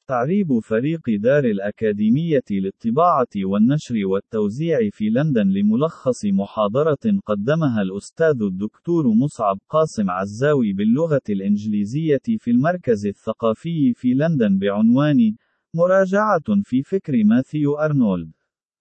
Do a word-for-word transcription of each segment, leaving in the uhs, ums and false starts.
تعريب فريق دار الأكاديمية للطباعة والنشر والتوزيع في لندن لملخص محاضرة قدمها الأستاذ الدكتور مصعب قاسم عزاوي باللغة الإنجليزية في المركز الثقافي في لندن بعنوان مراجعة في فكر ماثيو أرنولد.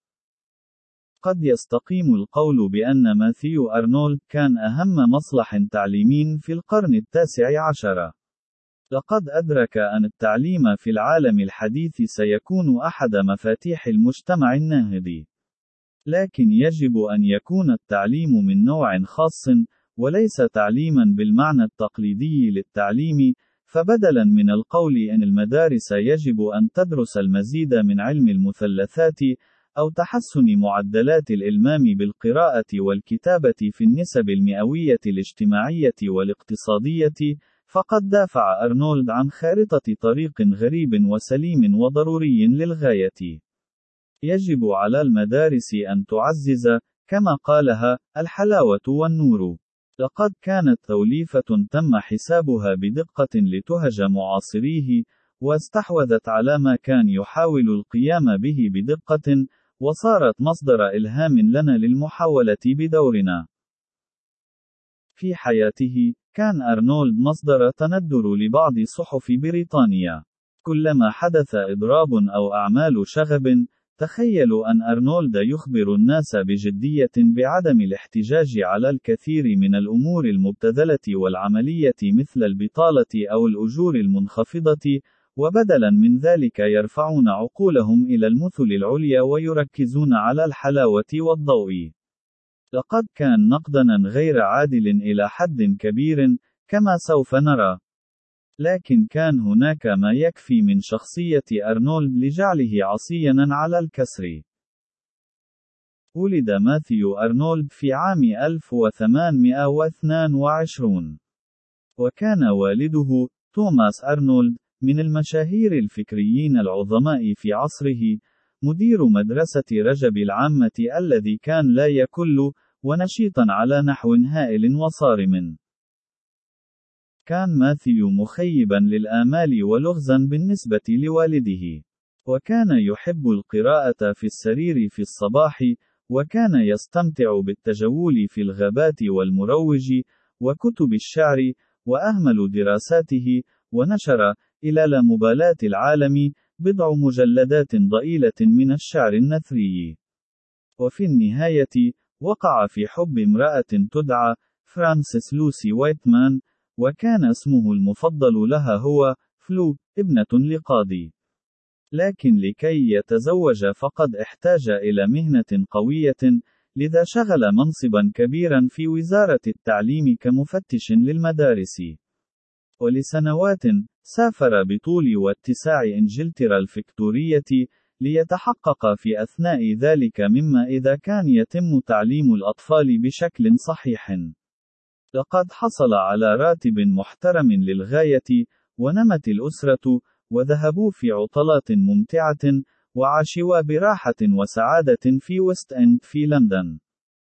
قد يستقيم القول بأن ماثيو أرنولد كان أهم مصلح تعليمي في القرن التاسع عشر. لقد أدرك أن التعليم في العالم الحديث سيكون أحد مفاتيح المجتمع الناهض. لكن يجب أن يكون التعليم من نوع خاص، وليس تعليما بالمعنى التقليدي للتعليم، فبدلا من القول أن المدارس يجب أن تدرس المزيد من علم المثلثات، أو تحسن معدلات الإلمام بالقراءة والكتابة في النسب المئوية الاجتماعية والاقتصادية، فقد دافع أرنولد عن خارطة طريق غريب وسليم وضروري للغاية. يجب على المدارس أن تعزز، كما قالها، الحلاوة والنور. لقد كانت توليفة تم حسابها بدقة لتهج معاصريه، واستحوذت على ما كان يحاول القيام به بدقة، وصارت مصدر إلهام لنا للمحاولة بدورنا. في حياته، كان أرنولد مصدر تندر لبعض صحف بريطانيا. كلما حدث إضراب أو أعمال شغب، تخيلوا أن أرنولد يخبر الناس بجدية بعدم الاحتجاج على الكثير من الأمور المبتذلة والعملية مثل البطالة أو الأجور المنخفضة، وبدلا من ذلك يرفعون عقولهم إلى المثل العليا ويركزون على الحلاوة والضوء. لقد كان نقدنا غير عادل إلى حد كبير، كما سوف نرى. لكن كان هناك ما يكفي من شخصية أرنولد لجعله عصياً على الكسر. ولد ماثيو أرنولد في عام ألف وثمانمائة واثنين وعشرين. وكان والده، توماس أرنولد، من المشاهير الفكريين العظماء في عصره، مدير مدرسة رجب العامة الذي كان لا يكل، ونشيطاً على نحو هائل وصارم. كان ماثيو مخيباً للآمال ولغزاً بالنسبة لوالده. وكان يحب القراءة في السرير في الصباح، وكان يستمتع بالتجول في الغابات والمروج، وكتب الشعر، وأهمل دراساته، ونشر، إلى لا مبالاة العالم، بضع مجلدات ضئيلة من الشعر النثري. وفي النهاية، وقع في حب امرأة تدعى فرانسيس لوسي وايتمان، وكان اسمه المفضل لها هو فلو، ابنة لقاضي. لكن لكي يتزوج فقد احتاج إلى مهنة قوية، لذا شغل منصبا كبيرا في وزارة التعليم كمفتش للمدارس. ولسنوات، سافر بطول واتساع إنجلترا الفكتورية، ليتحقق في أثناء ذلك مما إذا كان يتم تعليم الأطفال بشكل صحيح. لقد حصل على راتب محترم للغاية، ونمت الأسرة، وذهبوا في عطلات ممتعة، وعاشوا براحة وسعادة في ويست إند في لندن.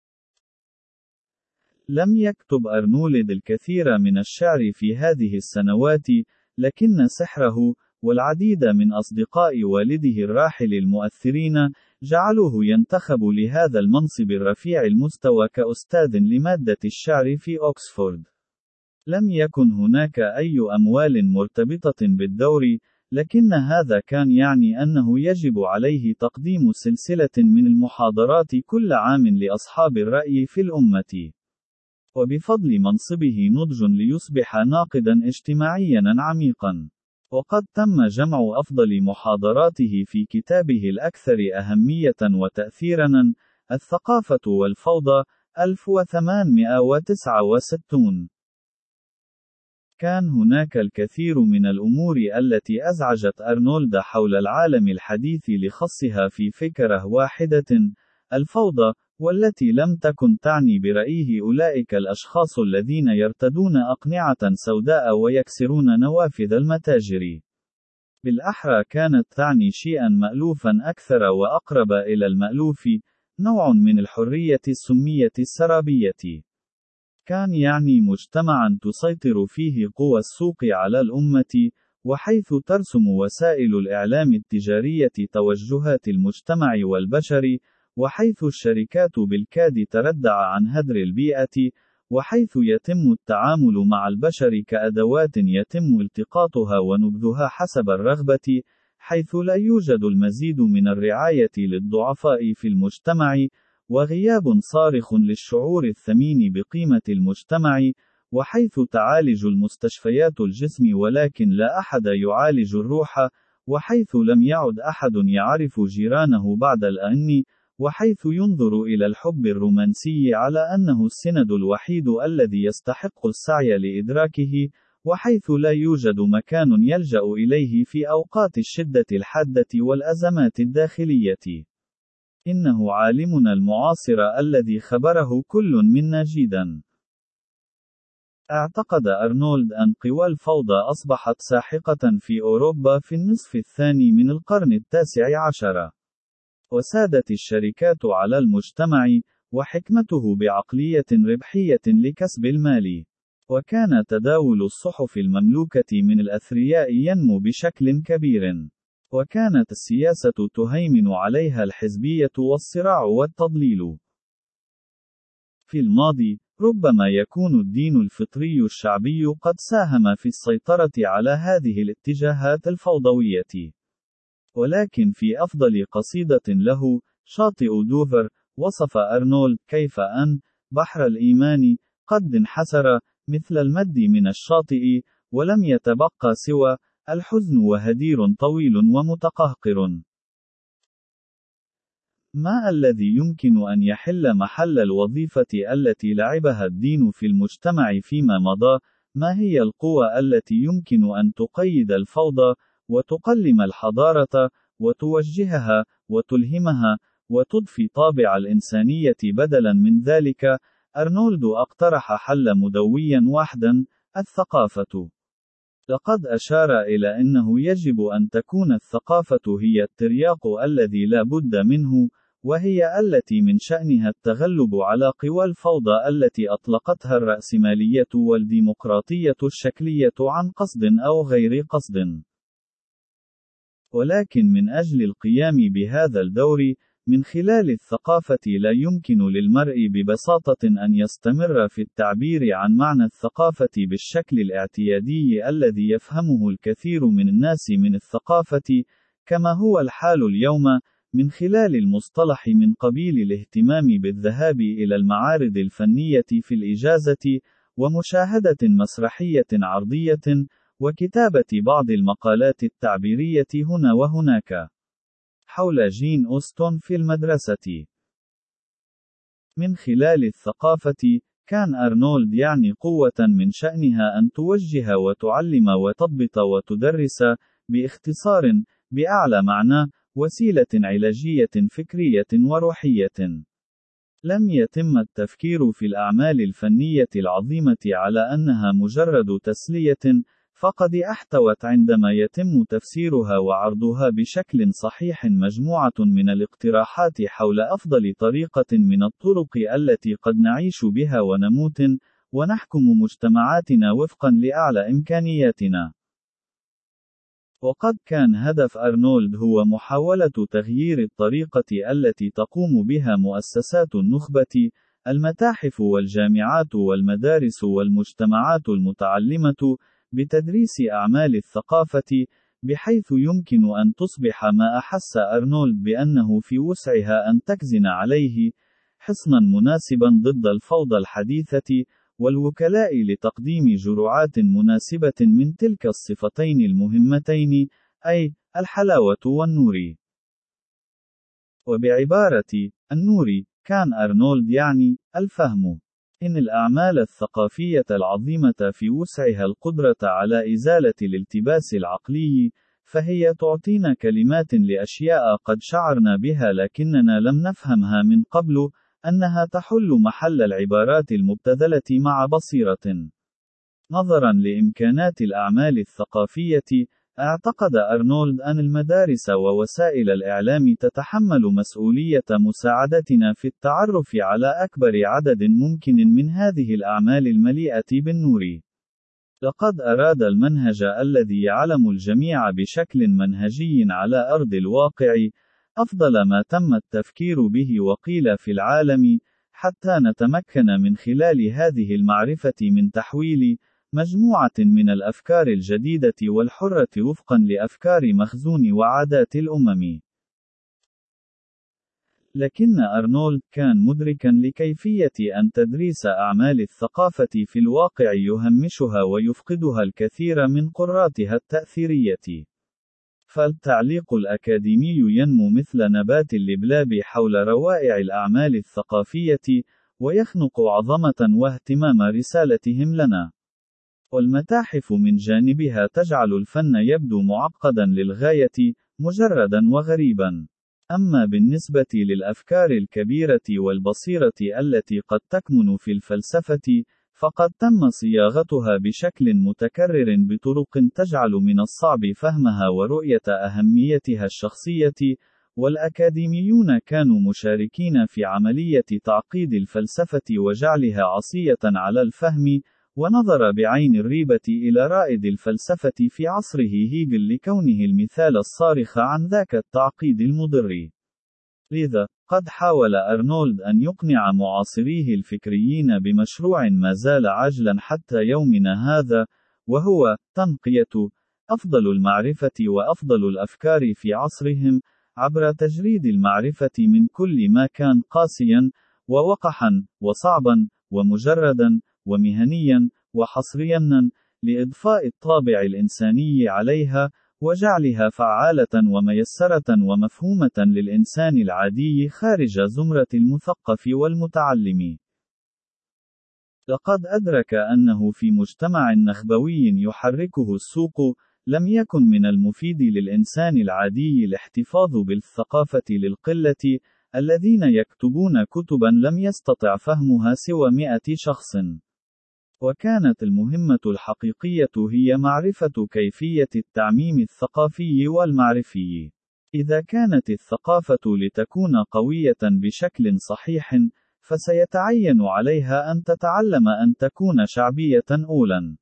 لم يكتب أرنولد الكثير من الشعر في هذه السنوات، لكن سحره، والعديد من أصدقاء والده الراحل المؤثرين، جعلوه ينتخب لهذا المنصب الرفيع المستوى كأستاذ لمادة الشعر في أكسفورد. لم يكن هناك أي أموال مرتبطة بالدور، لكن هذا كان يعني أنه يجب عليه تقديم سلسلة من المحاضرات كل عام لأصحاب الرأي في الأمة. وبفضل منصبه نضج ليصبح ناقدا اجتماعيا عميقا. وقد تم جمع أفضل محاضراته في كتابه الأكثر أهمية وتأثيرا، الثقافة والفوضى، ألف وثمانمائة وتسعة وستين. كان هناك الكثير من الأمور التي أزعجت أرنولد حول العالم الحديث لخصها في فكرة واحدة: الفوضى، والتي لم تكن تعني برأيه أولئك الأشخاص الذين يرتدون أقنعة سوداء ويكسرون نوافذ المتاجر. بالأحرى كانت تعني شيئا مألوفا أكثر وأقرب إلى المألوف، نوع من الحرية السمية السرابية. كان يعني مجتمعا تسيطر فيه قوى السوق على الأمة، وحيث ترسم وسائل الإعلام التجارية توجهات المجتمع والبشر، وحيث الشركات بالكاد تردع عن هدر البيئة، وحيث يتم التعامل مع البشر كأدوات يتم التقاطها ونبذها حسب الرغبة، حيث لا يوجد المزيد من الرعاية للضعفاء في المجتمع، وغياب صارخ للشعور الثمين بقيمة المجتمع، وحيث تعالج المستشفيات الجسم ولكن لا أحد يعالج الروح، وحيث لم يعد أحد يعرف جيرانه بعد الآن، وحيث ينظر إلى الحب الرومانسي على أنه السند الوحيد الذي يستحق السعي لإدراكه، وحيث لا يوجد مكان يلجأ إليه في أوقات الشدة الحادة والأزمات الداخلية. إنه عالمنا المعاصر الذي خبره كل منا جيدا. اعتقد أرنولد أن قوى الفوضى أصبحت ساحقة في أوروبا في النصف الثاني من القرن التاسع عشر. وسادت الشركات على المجتمع، وحكمته بعقلية ربحية لكسب المال. وكان تداول الصحف المملوكة من الأثرياء ينمو بشكل كبير. وكانت السياسة تهيمن عليها الحزبية والصراع والتضليل. في الماضي، ربما يكون الدين الفطري الشعبي قد ساهم في السيطرة على هذه الاتجاهات الفوضوية. ولكن في أفضل قصيدة له، شاطئ دوفر، وصف أرنولد كيف أن بحر الإيمان قد انحسر مثل المد من الشاطئ، ولم يتبقى سوى الحزن وهدير طويل ومتقهقر. ما الذي يمكن أن يحل محل الوظيفة التي لعبها الدين في المجتمع فيما مضى؟ ما هي القوى التي يمكن أن تقيد الفوضى، وتقلم الحضارة، وتوجهها، وتلهمها، وتضفي طابع الإنسانية بدلاً من ذلك؟ أرنولد اقترح حل مدوياً واحداً: الثقافة. لقد أشار إلى أنه يجب أن تكون الثقافة هي الترياق الذي لا بد منه، وهي التي من شأنها التغلب على قوى الفوضى التي أطلقتها الرأسمالية والديمقراطية الشكلية عن قصد أو غير قصد. ولكن من أجل القيام بهذا الدور من خلال الثقافة لا يمكن للمرء ببساطة أن يستمر في التعبير عن معنى الثقافة بالشكل الاعتيادي الذي يفهمه الكثير من الناس من الثقافة، كما هو الحال اليوم، من خلال المصطلح من قبيل الاهتمام بالذهاب إلى المعارض الفنية في الإجازة، ومشاهدة مسرحية عرضية، وكتابة بعض المقالات التعبيرية هنا وهناك. حول جين أوستن في المدرسة. من خلال الثقافة، كان أرنولد يعني قوة من شأنها أن توجه وتعلم وتضبط وتدرس، باختصار، بأعلى معنى، وسيلة علاجية فكرية وروحية. لم يتم التفكير في الأعمال الفنية العظيمة على أنها مجرد تسلية، فقد احتوت عندما يتم تفسيرها وعرضها بشكل صحيح مجموعة من الاقتراحات حول أفضل طريقة من الطرق التي قد نعيش بها ونموت، ونحكم مجتمعاتنا وفقا لأعلى إمكانياتنا. وقد كان هدف أرنولد هو محاولة تغيير الطريقة التي تقوم بها مؤسسات النخبة، المتاحف والجامعات والمدارس والمجتمعات المتعلمة، بتدريس أعمال الثقافة، بحيث يمكن أن تصبح ما أحس أرنولد بأنه في وسعها أن تكزن عليه، حصناً مناسباً ضد الفوضى الحديثة، والوكلاء لتقديم جرعات مناسبة من تلك الصفتين المهمتين، أي الحلاوة والنور. وبعبارة النور، كان أرنولد يعني الفهم. إن الأعمال الثقافية العظيمة في وسعها القدرة على إزالة الالتباس العقلي، فهي تعطينا كلمات لأشياء قد شعرنا بها لكننا لم نفهمها من قبل، أنها تحل محل العبارات المبتذلة مع بصيرة. نظراً لإمكانات الأعمال الثقافية، اعتقد أرنولد أن المدارس ووسائل الإعلام تتحمل مسؤولية مساعدتنا في التعرف على أكبر عدد ممكن من هذه الأعمال المليئة بالنور. لقد أراد المنهج الذي يعلم الجميع بشكل منهجي على أرض الواقع، أفضل ما تم التفكير به وقيل في العالم، حتى نتمكن من خلال هذه المعرفة من تحويل مجموعة من الأفكار الجديدة والحرة وفقًا لأفكار مخزون وعادات الأمم. لكن أرنولد كان مدركًا لكيفية أن تدريس أعمال الثقافة في الواقع يهمشها ويفقدها الكثير من قراتها التأثيرية. فالتعليق الأكاديمي ينمو مثل نبات اللبلاب حول روائع الأعمال الثقافية، ويخنق عظمة واهتمام رسالتهم لنا. والمتاحف من جانبها تجعل الفن يبدو معقدًا للغاية، مجردًا وغريبًا. أما بالنسبة للأفكار الكبيرة والبصيرة التي قد تكمن في الفلسفة، فقد تم صياغتها بشكل متكرر بطرق تجعل من الصعب فهمها ورؤية أهميتها الشخصية، والأكاديميون كانوا مشاركين في عملية تعقيد الفلسفة وجعلها عصية على الفهم، ونظر بعين الريبة إلى رائد الفلسفة في عصره هيجل لكونه المثال الصارخ عن ذاك التعقيد المضر. لذا، قد حاول أرنولد أن يقنع معاصريه الفكريين بمشروع ما زال عاجلا حتى يومنا هذا، وهو تنقية أفضل المعرفة وأفضل الأفكار في عصرهم، عبر تجريد المعرفة من كل ما كان قاسيا، ووقحا، وصعبا، ومجردا، ومهنيا، وحصريا، لإضفاء الطابع الإنساني عليها، وجعلها فعالة وميسرة ومفهومة للإنسان العادي خارج زمرة المثقف والمتعلم. لقد أدرك أنه في مجتمع نخبوي يحركه السوق، لم يكن من المفيد للإنسان العادي الاحتفاظ بالثقافة للقلة، الذين يكتبون كتبا لم يستطع فهمها سوى مئة شخص. وكانت المهمة الحقيقية هي معرفة كيفية التعميم الثقافي والمعرفي. إذا كانت الثقافة لتكون قوية بشكل صحيح، فسيتعين عليها أن تتعلم أن تكون شعبية أولاً.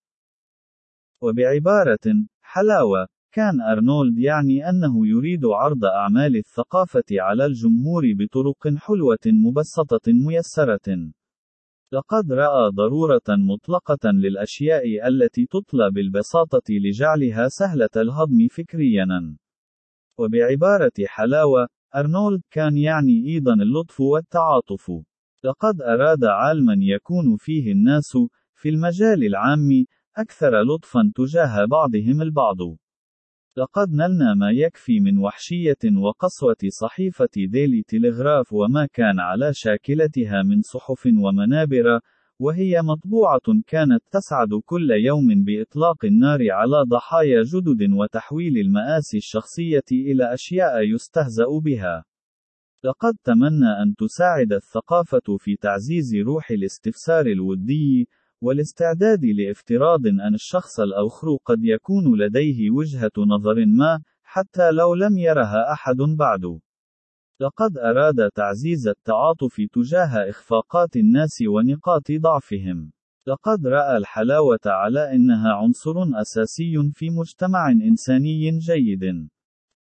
وبعبارة حلاوة، كان أرنولد يعني أنه يريد عرض أعمال الثقافة على الجمهور بطرق حلوة مبسطة ميسرة. لقد رأى ضرورة مطلقة للأشياء التي تطلى بالبساطة لجعلها سهلة الهضم فكرياً. وبعبارة حلاوة، أرنولد كان يعني أيضاً اللطف والتعاطف. لقد أراد عالماً يكون فيه الناس، في المجال العام، أكثر لطفاً تجاه بعضهم البعض. لقد نلنا ما يكفي من وحشية وقسوة صحيفة ديلي تيلغراف وما كان على شاكلتها من صحف ومنابر، وهي مطبوعة كانت تسعد كل يوم بإطلاق النار على ضحايا جدد وتحويل المآسي الشخصية إلى أشياء يستهزأ بها. لقد تمنى أن تساعد الثقافة في تعزيز روح الاستفسار الودي، والاستعداد لافتراض أن الشخص الآخر قد يكون لديه وجهة نظر ما، حتى لو لم يرها أحد بعد. لقد أراد تعزيز التعاطف تجاه إخفاقات الناس ونقاط ضعفهم. لقد رأى الحلاوة على أنها عنصر أساسي في مجتمع إنساني جيد.